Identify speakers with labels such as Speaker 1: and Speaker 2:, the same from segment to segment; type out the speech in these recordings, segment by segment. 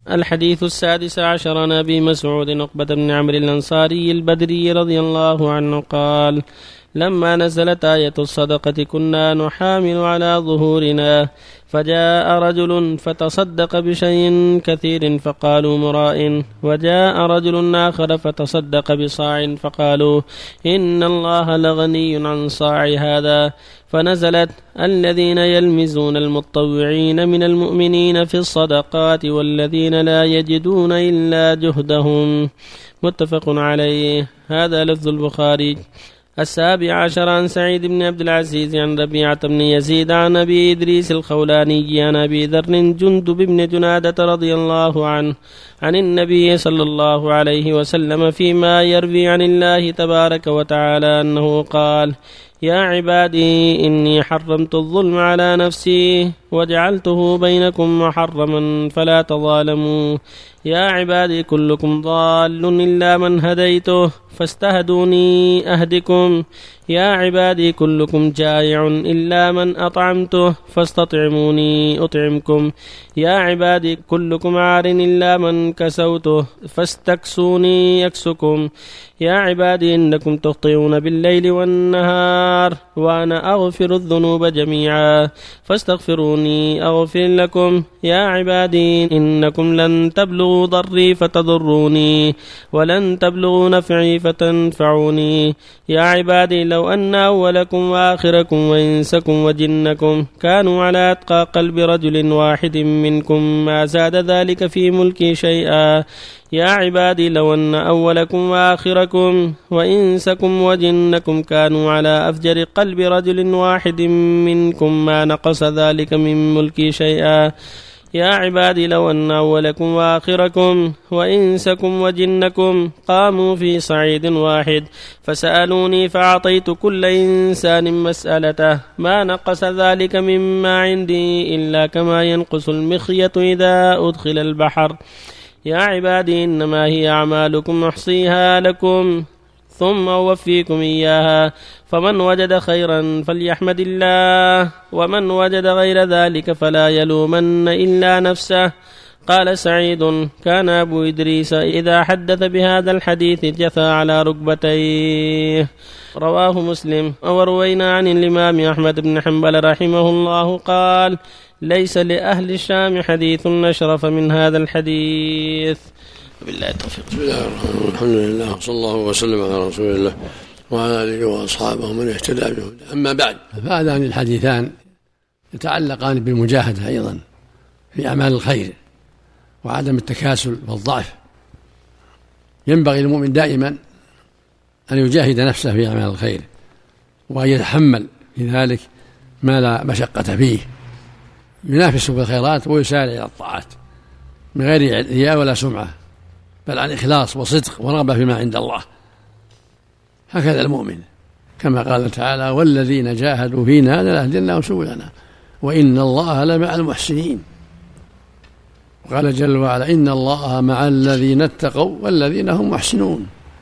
Speaker 1: الحديث 16 عن أبي مسعود عقبة بن عمرو الأنصاري البدري رضي الله عنه قال: لما نزلت آية الصدقة كنا نحامل على ظهورنا، فجاء رجل فتصدق بشيء كثير فقالوا مراء، وجاء رجل آخر فتصدق بصاع فقالوا إن الله لغني عن صاع هذا، فنزلت: الذين يلمزون المتطوعين من المؤمنين في الصدقات والذين لا يجدون إلا جهدهم. متفق عليه. هذا لفظ البخاري. 17 عن سعيد بن عبد العزيز عن ربيعة بن يزيد عن أبي إدريس الخولاني عن أبي ذر جندب بن جنادة رضي الله عنه عن النبي صلى الله عليه وسلم فيما يروي عن الله تبارك وتعالى أنه قال: يا عبادي إني حرمت الظلم على نفسي وجعلته بينكم محرما فلا تظالموا. يا عبادي كلكم ضال إلا من هديته فاستهدوني أهدكم. يا عبادي كلكم جائع إلا من أطعمته فاستطعموني أطعمكم. يا عبادي كلكم عار إلا من كسوته فاستكسوني يكسكم. يا عبادي إنكم تخطئون بالليل والنهار وأنا أغفر الذنوب جميعا فاستغفروني أغفر لكم. يا عبادي إنكم لن تبلغوا ضري فتضروني ولن تبلغوا نفعي فتنفعوني. يا عبادي لو أن أولكم وآخركم وإنسكم وجنكم كانوا على أتقى قلب رجل واحد منكم ما زاد ذلك في ملكي شيئا. يا عبادي لو أن أولكم وآخركم وإنسكم وجنكم كانوا على أفجر قلب رجل واحد منكم ما نقص ذلك من ملكي شيئا. يا عبادي لو أن أولكم وآخركم وإنسكم وجنكم قاموا في صعيد واحد فسألوني فأعطيت كل إنسان مسألته ما نقص ذلك مما عندي إلا كما ينقص المخيط إذا أدخل البحر. يا عبادي إنما هي أعمالكم أحصيها لكم ثم أوفيكم إياها، فمن وجد خيرا فليحمد الله ومن وجد غير ذلك فلا يلومن إلا نفسه. قال سعيد: كان أبو إدريس إذا حدث بهذا الحديث جثى على ركبتيه. رواه مسلم. وروينا عن الإمام أحمد بن حنبل رحمه الله قال: ليس لأهل الشام حديث أشرف من هذا الحديث. بالله التوفيق.
Speaker 2: بسم الله الرحمن الرحيم. الحمد لله صلى الله وسلم على رسول الله وعلى آله وأصحابه من اهتدى بهداه. أما بعد، فهذان الحديثان يتعلقان بالمجاهدة أيضا في أعمال الخير وعدم التكاسل والضعف. ينبغي للمؤمن دائما أن يجاهد نفسه في أعمال الخير وأن يتحمل في ذلك ما لا مشقة فيه، ينافس في الخيرات ويسارع إلى الطاعات من غير رياء ولا سمعة، بل عن إخلاص وصدق ورغبة فيما عند الله. هكذا المؤمن، كما قال تعالى: والذين جاهدوا فينا لنهدينهم سبلنا وإن الله لمع المحسنين. وقال جل وعلا: إن الله مع الذين اتقوا والذين هم محسنون.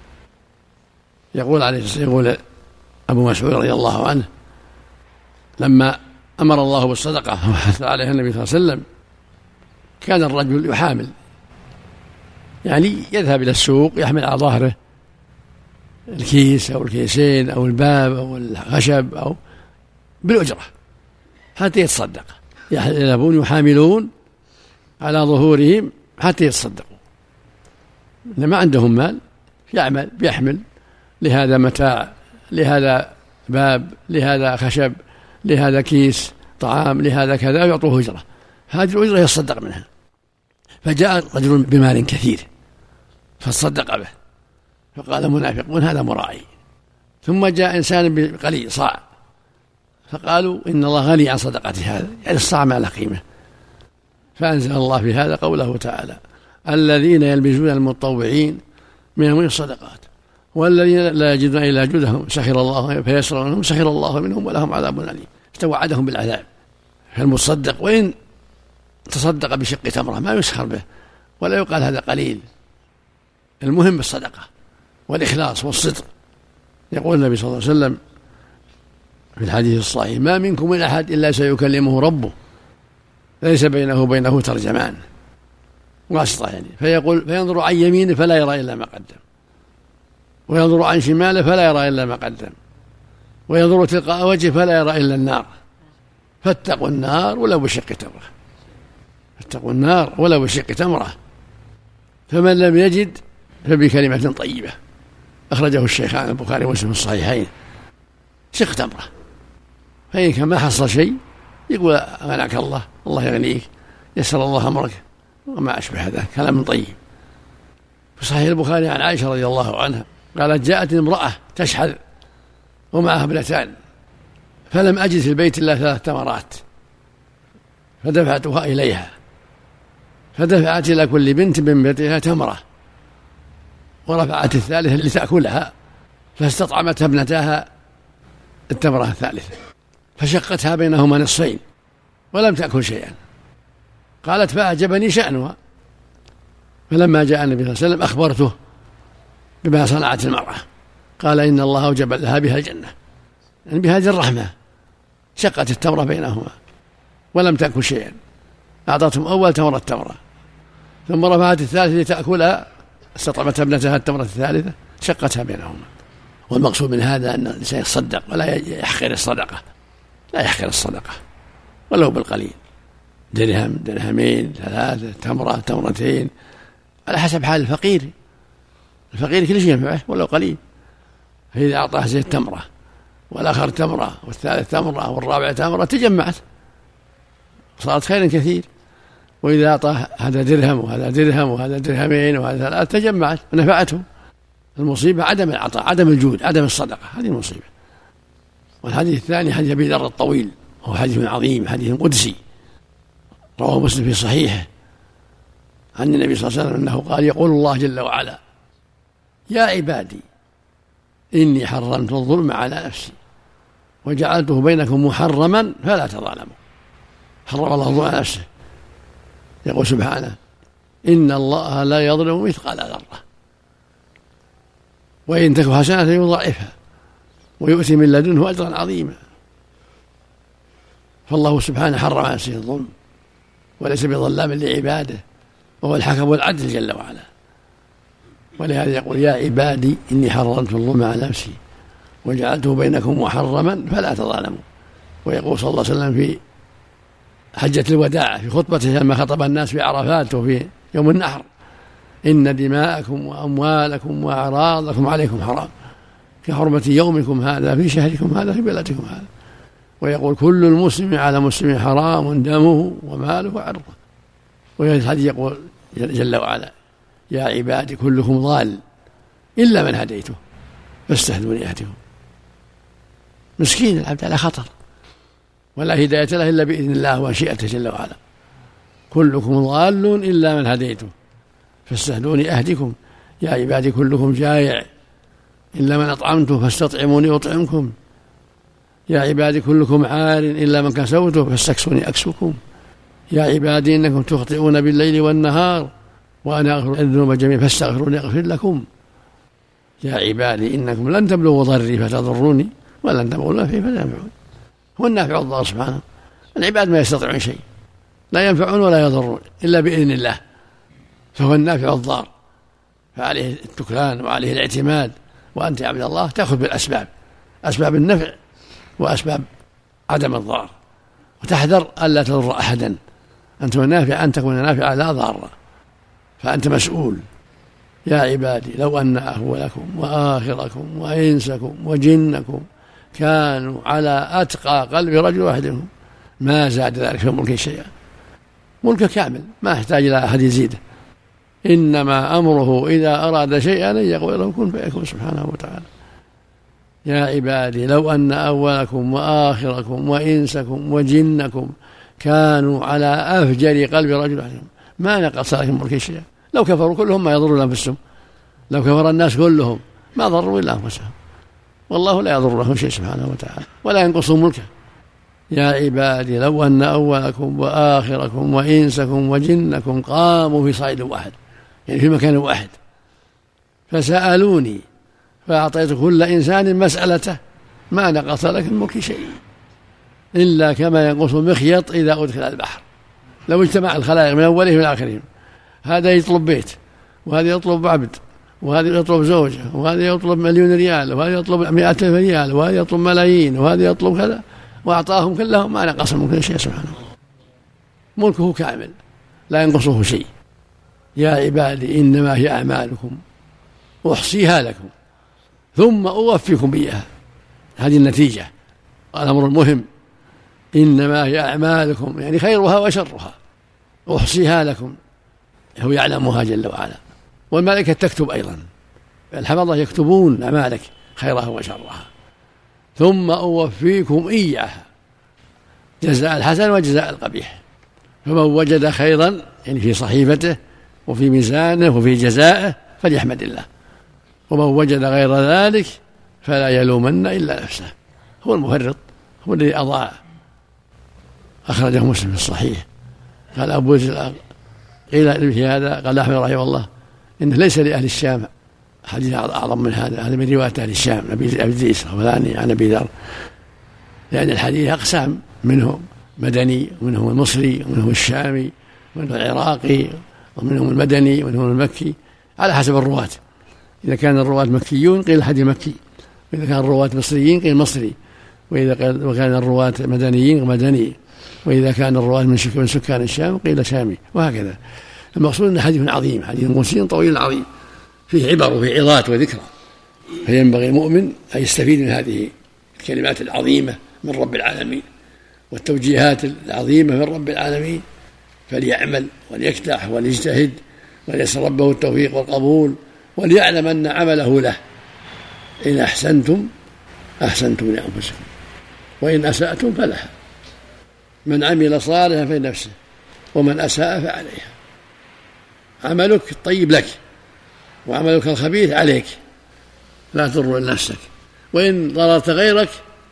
Speaker 2: يقول أبو مسعود رضي الله عنه: لما أمر الله بالصدقة وحث عليها النبي صلى الله عليه وسلم كان الرجل يحامل، يعني يذهب إلى السوق يحمل على ظهره الكيس أو الكيسين أو الباب أو الخشب أو بالأجرة حتى يتصدق. يذهبون يحاملون على ظهورهم حتى يتصدقوا. ما عندهم مال بيحمل لهذا متاع، لهذا باب، لهذا خشب، لهذا كيس طعام، لهذا كذا، يعطوه أجرة. هذه الأجرة يصدق منها. فجاء رجل بمال كثير فصدق به، فقال المنافقون: هذا مرائي. ثم جاء إنسان بقليل صاع، فقالوا: إن الله غني عن صدقة هذا، يعني الصاع ما له قيمة. فأنزل الله في هذا قوله تعالى: الذين يلبسون المتطوعين منهم الصدقات والذين لا يجدون إلا جهدهم سخر الله فيسر منهم سخر الله منهم ولهم عذاب أليم. توعدهم بالعذاب. فالمصدق وإن تصدق بشق تمرة ما يسخر به ولا يقال هذا قليل. المهم الصدقة والإخلاص والصدق. يقول النبي صلى الله عليه وسلم في الحديث الصحيح: ما منكم من أحد إلا سيكلمه ربه ليس بينه وبينه ترجمان. واسطة يعني، فينظر عن يمينه فلا يرى إلا ما قدم، وينظر عن شماله فلا يرى إلا ما قدم، وينظر تلقاء وجهه فلا يرى إلا النار. فاتقوا النار ولو بشق تمرة، فاتقوا النار ولو بشق تمرة. فمن لم يجد فبكلمة طيبة، أخرجه الشيخان البخاري ومسلم في الصحيحين. شق تمرة، فإن كان ما حصل شيء يقول منعك الله، الله يغنيك، يسر الله أمرك، وما أشبه هذا كلام طيب. في صحيح البخاري عن عائشة رضي الله عنها قالت: جاءت امرأة تشحذ ومعها ابنتان، فلم أجد في البيت إلا 3 تمرات، فدفعتها إليها، فدفعت إلى كل بنت من بيتها تمرة، ورفعت الثالثة لتأكلها، فاستطعمتها ابنتاها التمرة الثالثة، فشقتها بينهما نصفين ولم تأكل شيئا. قالت: فأعجبني شأنها، فلما جاء النبي صلى الله عليه وسلم أخبرته بما صنعت المرأة، قال: إن الله أوجب لها بها الجنة، يعني بهذه الرحمة شقت التمرة بينهما ولم تأكل شيئا، أعطتهم أول تمرة، ثم رفعت الثالثة لتأكلها، استطعمت ابنتها التمرة الثالثة، شقتها بينهما. والمقصود من هذا أن الإنسان يتصدق ولا يحقر الصدقة، لا يحقر الصدقة ولو بالقليل، درهم، درهمين، 3، تمرة، تمرتين، على حسب حال الفقير. الفقير كل شيء ينفعه ولو قليل، فإذا أعطاه زي التمرة والآخر تمرة والثالث تمرة والرابع تمرة تجمعت صارت خيرا كثير. وإذا أعطاه هذا درهم وهذا درهم وهذا درهمين وهذا 3 تجمعت ونفعته. المصيبة عدم العطاء، عدم الجود، عدم الصدقة، هذه المصيبة. والحديث الثاني حديث أبي ذر الطويل، وهو حديث عظيم، حديث قدسي رواه مسلم في صحيحه عن النبي صلى الله عليه وسلم أنه قال: يقول الله جل وعلا: يا عبادي إني حرمت الظلم على نفسي وجعلته بينكم محرما فلا تظالموا. حرم الله الظلم على نفسه. يقول سبحانه: إن الله لا يظلم مثقال ذرة وإن تك حسنة يضاعفها ويؤتي من لدنه أجرا عظيما. فالله سبحانه حرم على نفسه الظلم وليس بظلام لعباده، وهو الحكم العدل جل وعلا. ولهذا يقول: يا عبادي إني حرمت الظلم على نفسي وجعلته بينكم محرما فلا تظالموا. ويقول صلى الله عليه وسلم في حجة الوداع في خطبته لما خطب الناس في عرفات وفي يوم النحر: إن دماءكم وأموالكم وأعراضكم عليكم حرام كحرمة يومكم هذا في شهركم هذا في بلدكم هذا. ويقول: كل المسلم على مسلم حرام دمه وماله وعرضه. وفي الحديث يقول جل وعلا: يا عبادي كلكم ضال إلا من هديته فاستهدوني أهدهم. مسكين العبد على خطر ولا هداية له إلا بإذن الله ومشيئته جل وعلا. كلكم ضال إلا من هديته فاستهدوني أهدكم. يا عبادي كلكم جائع إلا من أطعمته فاستطعموني أطعمكم. يا عبادي كلكم عار إلا من كسوته فاستكسوني أكسوكم. يا عبادي إنكم تخطئون بالليل والنهار وأنا أغفر الذنوب جميعا فاستغفروني أغفر لكم. يا عبادي إنكم لن تبلغوا ضري فتضروني ولن تبلغوا نفعي فتنفعوني. هو النافع الله سبحانه. العباد ما يستطيعون شيء، لا ينفعون ولا يضرون إلا بإذن الله، فهو النافع الضار، فعليه التكلان وعليه الاعتماد. وأنت يا عبد الله تأخذ بالأسباب، أسباب النفع وأسباب عدم الضار، وتحذر ألا تضر أحدا. أنت نافع أن تكون نافعا لا ضارا، فأنت مسؤول. يا عبادي لو أن أولكم وآخركم وإنسكم وجنكم كانوا على أتقى قلب رجل واحد منهم ما زاد ذلك في ملكه شيئا. ملكه كامل ما يحتاج إلى أحد يزيده، إنما أمره إذا أراد شيئا أن يقول له كن فيكون سبحانه وتعالى. يا عبادي لو أن أولكم وآخركم وإنسكم وجنكم كانوا على أفجر قلب رجل واحد ما نقص ذلك من ملكه شيئا. لو كفروا كلهم ما يضروا أنفسهم، لو كفر الناس كلهم ما ضروا إلا أنفسهم، والله لا يضر لهم شيء سبحانه وتعالى ولا ينقصوا ملكه. يا عبادي لو أن أولكم وآخركم وإنسكم وجنكم قاموا في صعيد واحد، يعني في مكان واحد، فسألوني فأعطيت كل إنسان مسألته ما نقص لك من ملك شيء إلا كما ينقص المخيط إذا أدخل البحر. لو اجتمع الخلائق من أولهم إلى آخرهم هذا يطلب بيت، وهذا يطلب عبد، وهذا يطلب زوجة، وهذا يطلب 1,000,000 ريال، وهذا يطلب 100,000 ريال، وهذا يطلب ملايين، وهذا يطلب كذا، وأعطاهم كلهم ما نقص من كل شيء سبحانه. ملكه كامل لا ينقصه شيء. يا عبادي إنما هي أعمالكم أحصيها لكم ثم أوفيكم إياها. هذه النتيجة. الأمر المهم إنما هي أعمالكم، يعني خيرها وشرها، أحصيها لكم، هو يعلمها جل وعلا، والملائكة تكتب أيضا، الحفظة يكتبون أعمالك خيرها وشرها، ثم أوفيكم إياها جزاء الحسن وجزاء القبيح. فمن وجد خيرا يعني في صحيفته وفي ميزانه وفي جزائه فليحمد الله، ومن وجد غير ذلك فلا يلومن إلا نفسه. هو المفرط، هو الذي أضاع. أخرجه مسلم في الصحيح. قال أبو زرع قيل في هذا، قال أحمد رحمه الله إنه ليس لأهل الشام حديث أعظم من هذا، هذا من رواية أهل الشام أبي إدريس الخولاني عن أبي ذر، لأن الحديث أقسام، منهم مدني ومنهم المصري ومنهم الشامي ومنهم العراقي ومنهم المدني ومنهم المكي على حسب الرواة. إذا كان الرواة مكيون قيل الحديث مكي، وإذا كان الرواة مصريين قيل مصري، وإذا كان الرواة مدنيين مدني، وإذا كان الرواة من سكان الشام قيل شامي، وهكذا. المقصود أنه حديث عظيم، حديث قدسي طويل عظيم، فيه عبر وفيه عظات وذكرى، فينبغي المؤمن أن يستفيد من هذه الكلمات العظيمة من رب العالمين والتوجيهات العظيمة من رب العالمين، فليعمل وليكدح وليجتهد وليسأل ربه التوفيق والقبول، وليعلم أن عمله له. إن أحسنتم أحسنتم لأنفسكم وإن أسأتم فلها. من عمل صالحا فلنفسه ومن أساء فعليها. عملك الطيب لك وعملك الخبيث عليك، لا تضر نفسك، وإن ضررت غيرك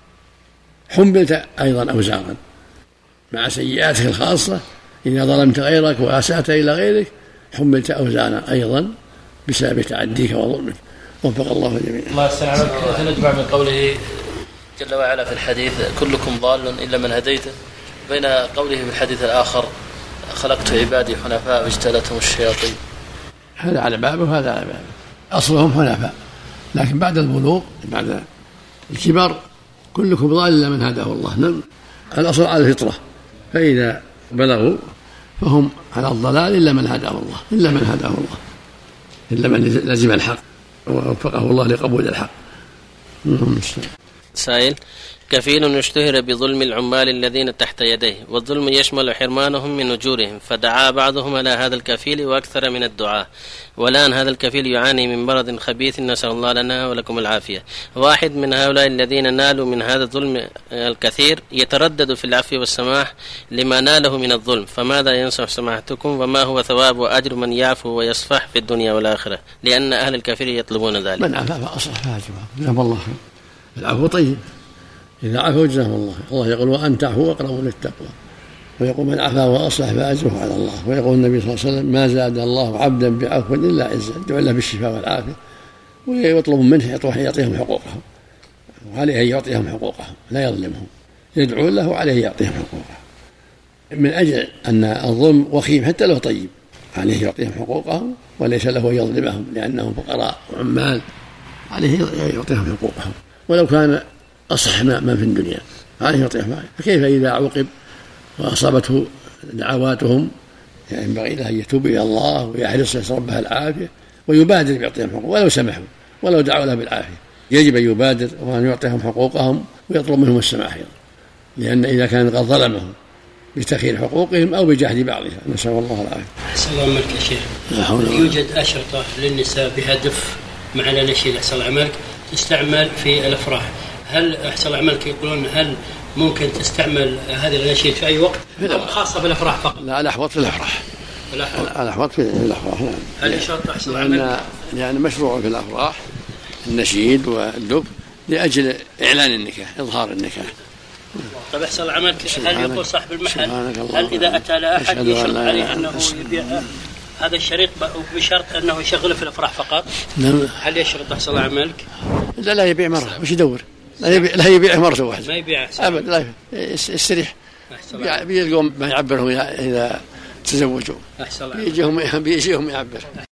Speaker 2: حملت أيضا أوزارا مع سيئاتك الخاصة. إذا ظلمت غيرك وأسأت إلى غيرك حملت أوزارا أيضا بسبب تعديك وظلمك. وفق الله الجميع.
Speaker 1: الله يستعانك. هل نجمع من قوله جل وعلا في الحديث كلكم ضال إلا من هديته، بين قوله في الحديث الآخر خلقت عبادي حنفاء واجتالتهم الشياطين؟
Speaker 2: هذا على بابه وهذا على بابه، أصلهم حنفاء، لكن بعد البلوغ بعد الكبر كلكم ضال إلا من هداه الله. الأصل على الفطرة، فإذا بلغوا فهم على الضلال إلا من هداه الله، إلا من هداه الله، إلا من لزم الحق ووفقه الله لقبول الحق.
Speaker 1: سائل: كفيل اشتهر بظلم العمال الذين تحت يديه، والظلم يشمل حرمانهم من أجورهم، فدعا بعضهم على هذا الكفيل وأكثر من الدعاء، والآن هذا الكفيل يعاني من مرض خبيث نسأل الله لنا ولكم العافية. واحد من هؤلاء الذين نالوا من هذا الظلم الكثير يتردد في العفو والسماح لما ناله من الظلم، فماذا ينصح سماحتكم، وما هو ثواب وأجر من يعفو ويصفح في الدنيا والآخرة، لأن أهل الكفيل يطلبون ذلك؟
Speaker 2: من عفا فأصلح فأجره الله. العفو طيب، إذا عفوا جزاه الله. الله يقول وأن تعفوا أقرب للتقوى، ويقول من عفا وأصلح فأجره على الله. ويقول النبي صلى الله عليه وسلم ما زاد الله عبدا بعفو إلا عزا، يدعو له بالشفاء والعافية، ويطلب منه يعطيهم حقوقهم، وعليه أن يعطيهم حقوقهم لا يظلمهم، يدعو له وعليه يعطيهم حقوقهم، من أجل أن الظلم وخيم حتى لو طيب، عليه يعطيهم حقوقهم وليس له أن يظلمهم لأنهم فقراء وعمال، عليه يعطيهم حقوقهم ولو كان أصح ما في الدنيا، عليه يعطيهم. فكيف إذا عوقب وأصابته دعواتهم؟ يعني ينبغي له أن يتوب إلى الله ويحرص يسأل ربه العافية ويبادر بيعطيهم حقوق ولو سمحوا ولو دعوا له بالعافية. يجب أن يبادر وأن يعطيهم حقوقهم ويطلب منهم السماح أيضا، لأن إذا كان قد ظلمهم بتأخير حقوقهم أو بجحد بعضها نسأل الله العافية.
Speaker 3: أحسن الله عملك يا شيخ. يوجد أشرطة للنساء بهدف مع نشيد أحسن الله عملك تستعمل في الأفراح، هل أحسن الله عملك يقولون هل ممكن تستعمل هذه الأناشيد في أي وقت أو خاصة بالأفراح فقط؟
Speaker 2: لا، الأحوط في الأفراح. الأحوط في الأفراح. نعم.
Speaker 3: هل يشرط أحسن الله عملك؟
Speaker 2: يعني مشروع في الأفراح النشيد والدب لأجل إعلان النكاح، إظهار النكاح.
Speaker 3: طيب أحسن الله عملك، هل يقول صاحب المحل هل إذا أتى لأحد يشرط عليه أنه يبيع هذا الشريط بشرط أنه يشغله في الأفراح فقط؟ هل يشرط أحسن الله عملك؟
Speaker 2: لا يبيع مرة، مش يدور، لا يبيع مرة واحدة،
Speaker 3: ما يبيع
Speaker 2: أبدا، لا يستريح، بيلقون ما يعبره إذا تزوجوا بيجيهم يعبر.